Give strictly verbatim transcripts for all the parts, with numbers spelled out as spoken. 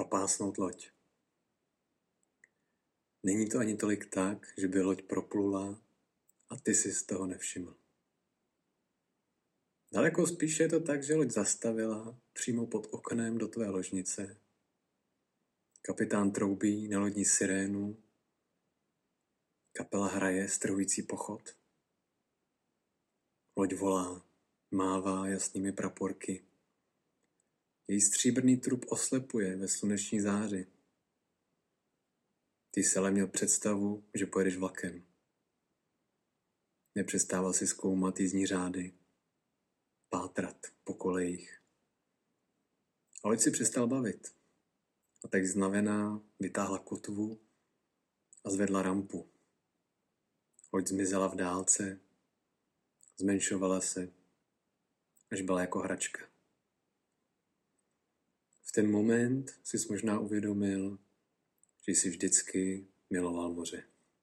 propásnout loď. Není to ani tolik tak, že by loď proplula a ty si z toho nevšiml. Daleko spíše je to tak, že loď zastavila přímo pod oknem do tvé ložnice. Kapitán troubí na lodní sirénu, kapela hraje strhující pochod. Loď volá, mává jasnými praporky. Její stříbrný trup oslepuje ve sluneční záři. Ty jsi ale měl představu, že pojedeš vlakem. Nepřestával si zkoumat jízdní řády, pátrat po kolejích. A loď si přestal bavit. A tak znavená vytáhla kotvu a zvedla rampu. Loď zmizela v dálce, zmenšovala se, až byla jako hračka. V ten moment jsi možná uvědomil, že jsi vždycky miloval moře.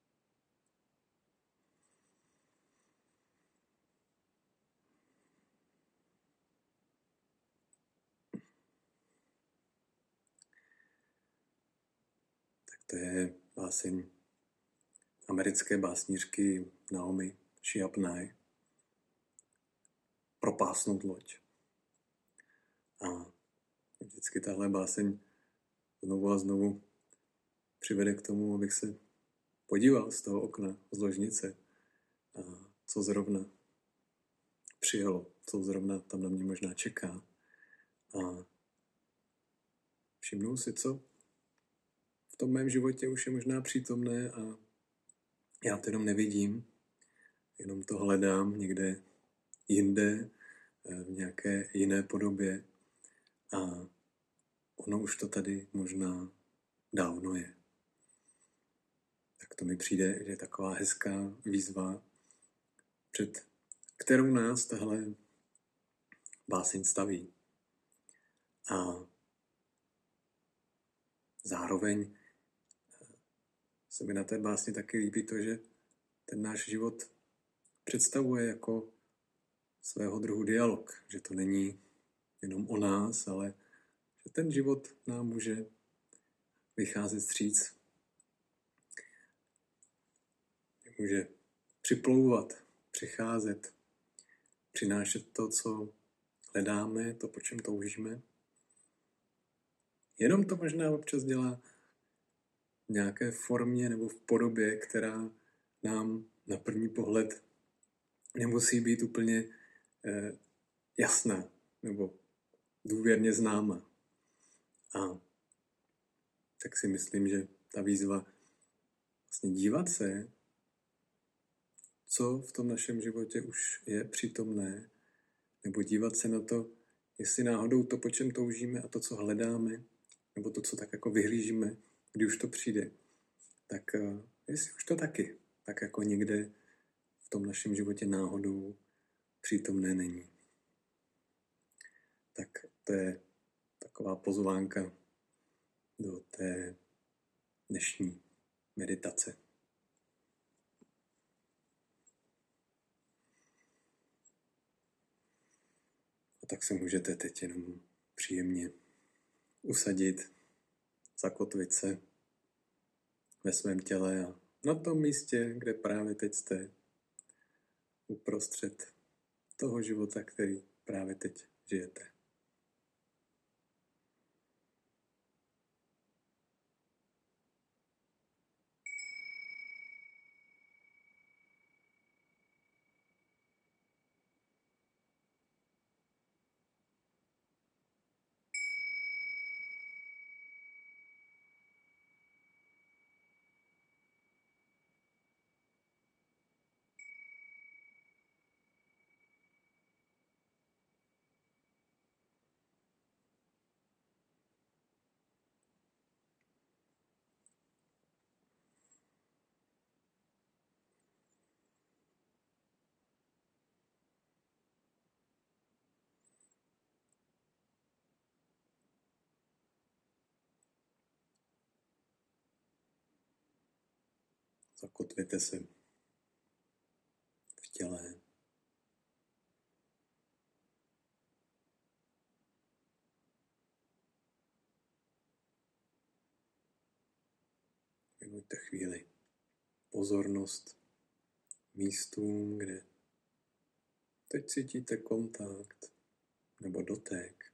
Tak to je báseň americké básnířky Naomi Shihab Nye. Propásnout loď. A vždycky tahle báseň znovu a znovu přivede k tomu, abych se podíval z toho okna, z ložnice, a co zrovna přijelo, co zrovna tam na mě možná čeká. A všimnu si, co v tom mém životě už je možná přítomné a já to jenom nevidím, jenom to hledám někde jinde, v nějaké jiné podobě a ono už to tady možná dávno je. Tak to mi přijde, že je taková hezká výzva, před kterou nás tahle báseň staví. A zároveň se mi na té básni taky líbí to, že ten náš život představuje jako svého druhu dialog, že to není jenom o nás, ale že ten život nám může vycházet vstříc, může připlouvat, přicházet, přinášet to, co hledáme, to, po čem toužíme. Jenom to možná občas dělá v nějaké formě nebo v podobě, která nám na první pohled nemusí být úplně eh, jasná nebo důvěrně známa. A tak si myslím, že ta výzva vlastně dívat se, co v tom našem životě už je přítomné, nebo dívat se na to, jestli náhodou to, po čem toužíme a to, co hledáme, nebo to, co tak jako vyhlížíme, kdy už to přijde, tak uh, jestli už to taky, tak jako někde v tom našem životě náhodou přítomné není. Tak to je taková pozvánka do té dnešní meditace. A tak se můžete teď jenom příjemně usadit, zakotvit se ve svém těle a na tom místě, kde právě teď jste, uprostřed toho života, který právě teď žijete. Zakotvěte se v těle. Věnujte chvíli pozornost místům, kde teď cítíte kontakt nebo dotek.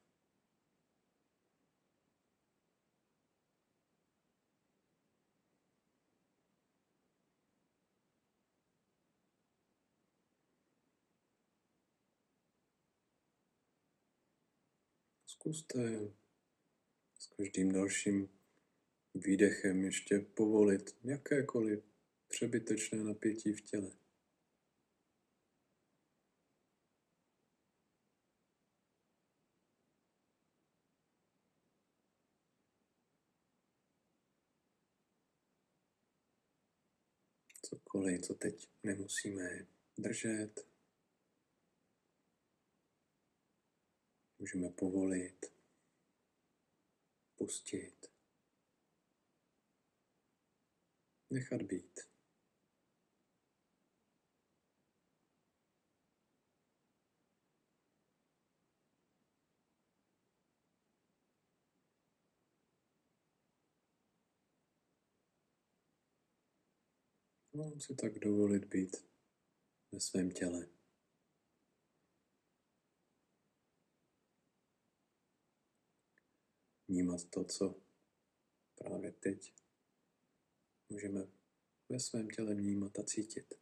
Zkuste s každým dalším výdechem ještě povolit jakékoliv přebytečné napětí v těle. Cokoliv, co teď nemusíme držet, můžeme povolit, pustit, nechat být. Mám si tak dovolit být ve svém těle. Vnímat to, co právě teď můžeme ve svém těle vnímat a cítit.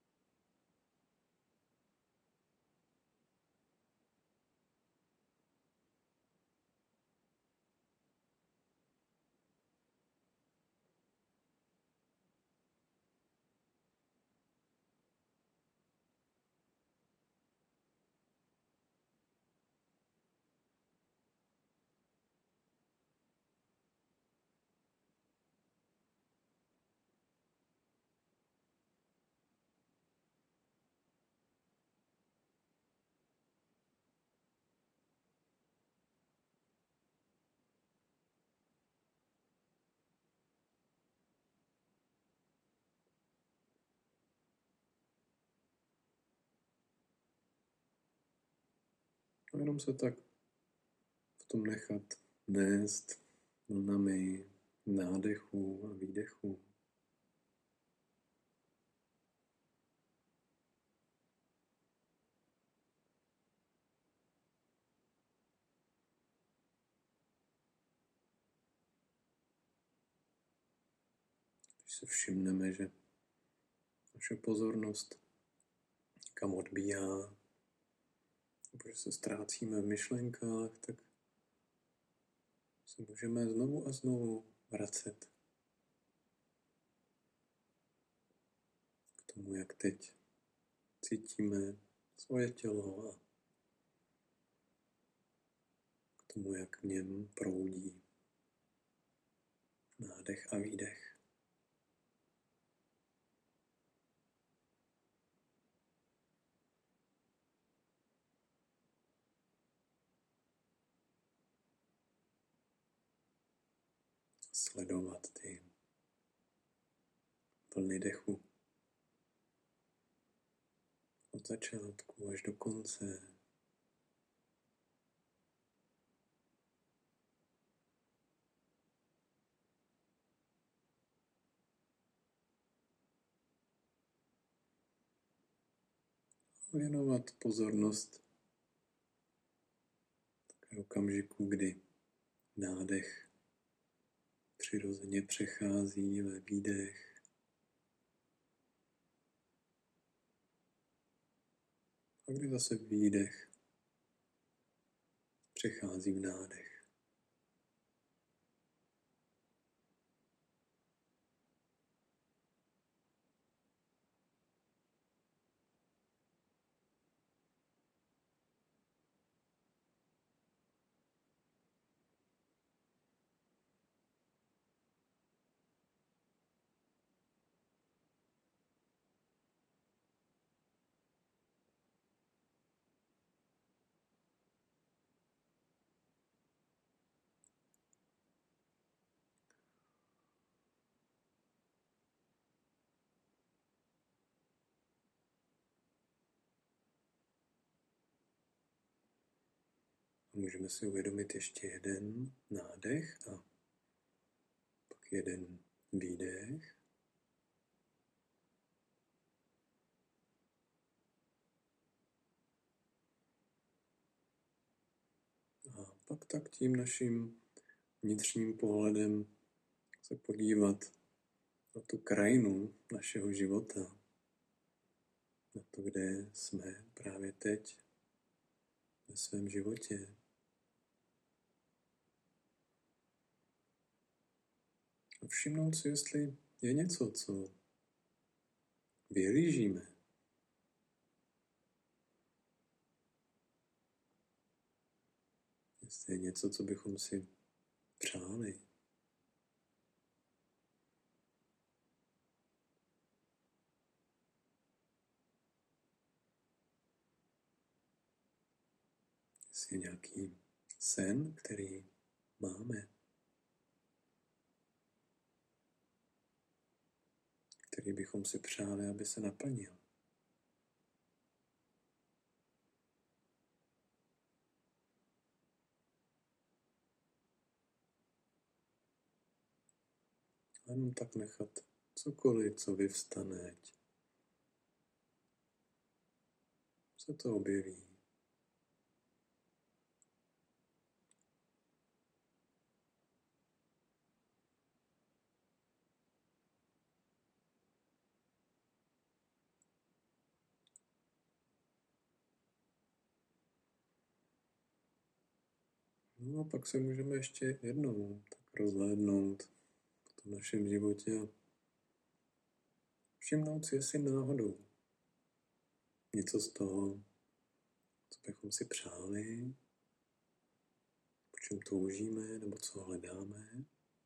A jenom se tak v tom nechat nést vlnami nádechu a výdechu. Když se všimneme, že naše pozornost kam odbíhá, nebo že se ztrácíme v myšlenkách, tak se můžeme znovu a znovu vracet k tomu, jak teď cítíme svoje tělo a k tomu, jak v něm proudí nádech a výdech. Sledovat ty vlny dechu od začátku až do konce. Věnovat pozornost také okamžiku, kdy nádech přirozeně přechází ve výdech. A kdy zase výdech přechází v nádech. Můžeme si uvědomit ještě jeden nádech a pak jeden výdech. A pak tak tím naším vnitřním pohledem se podívat na tu krajinu našeho života, na to, kde jsme právě teď ve svém životě. A všimnout si, jestli je něco, co vyhlížíme. Jestli je něco, co bychom si přáli. Jestli je nějaký sen, který máme, který bychom si přáli, aby se naplnil. A jenom tak nechat cokoliv, co vyvstane, ať se to objeví. No a pak se můžeme ještě jednou tak rozhlédnout po tom našem životě a všimnout si, jestli náhodou něco z toho, co bychom si přáli, po čem toužíme nebo co hledáme,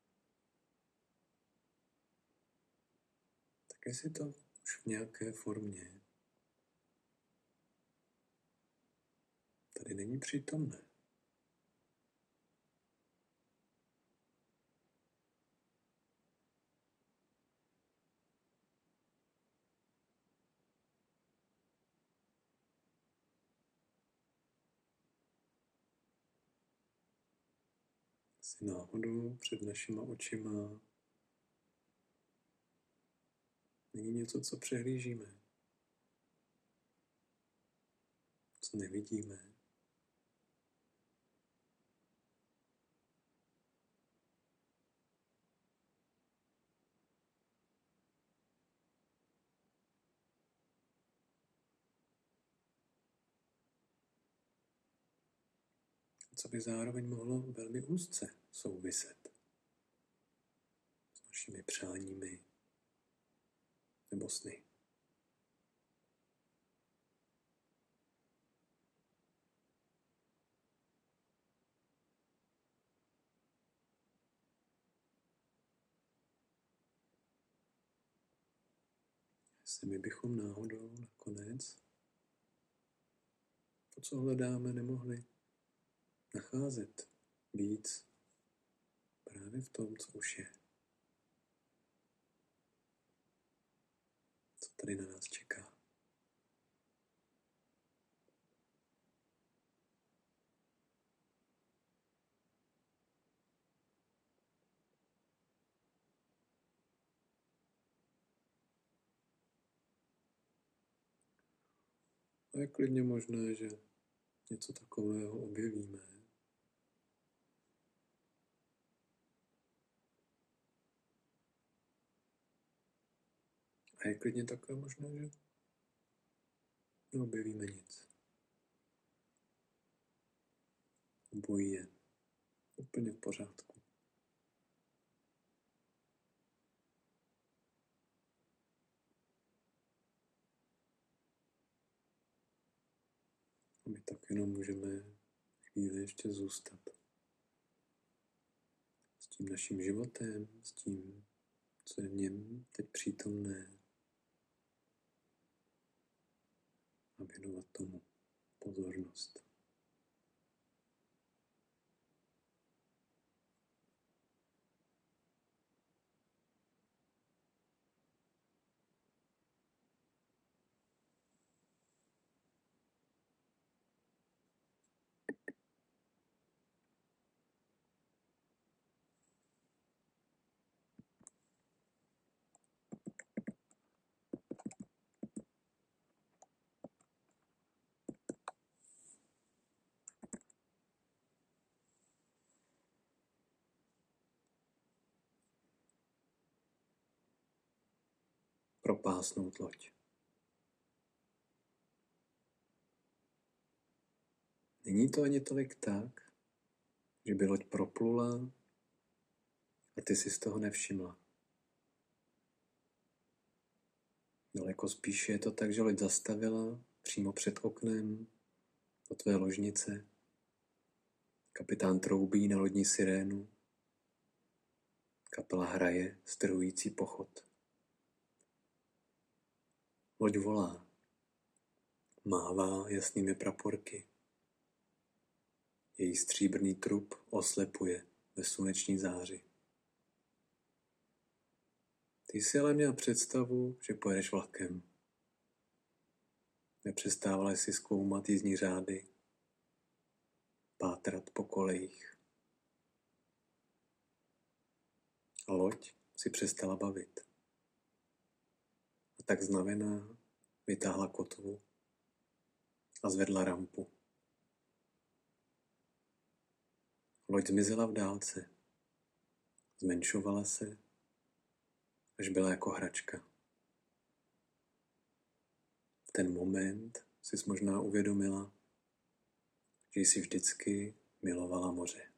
tak jestli to už v nějaké formě tady není přítomné. Jestli náhodou před našima očima není něco, co přehlížíme, co nevidíme. Co by zároveň mohlo velmi úzce souviset s našimi přáními nebo sny. Jestli my bychom náhodou nakonec to, co hledáme, nemohli nacházet víc právě v tom, co už je. Co tady na nás čeká. A je klidně možné, že něco takového objevíme. A je klidně také možné, že neobjevíme nic. Obojí je úplně v pořádku. A my tak jenom můžeme chvíli ještě zůstat s tím naším životem, s tím, co je v něm teď přítomné, a věnovat tomu pozornost. propásnout loď. Není to ani tolik tak, že by loď proplula a ty si z toho nevšimla. Daleko spíše je to tak, že loď zastavila přímo před oknem do tvé ložnice. Kapitán troubí na lodní sirénu. Kapela hraje strhující pochod. Loď volá. Mává jasnými praporky. Její stříbrný trup oslepuje ve sluneční záři. Ty jsi ale měl představu, že pojedeš vlakem. Nepřestávala jsi zkoumat jízdní řády, pátrat po kolejích. A loď si přestala bavit. A tak znavená vytáhla kotvu a zvedla rampu. Loď zmizela v dálce. Zmenšovala se, až byla jako hračka. V ten moment jsi možná uvědomila, že jsi vždycky milovala moře.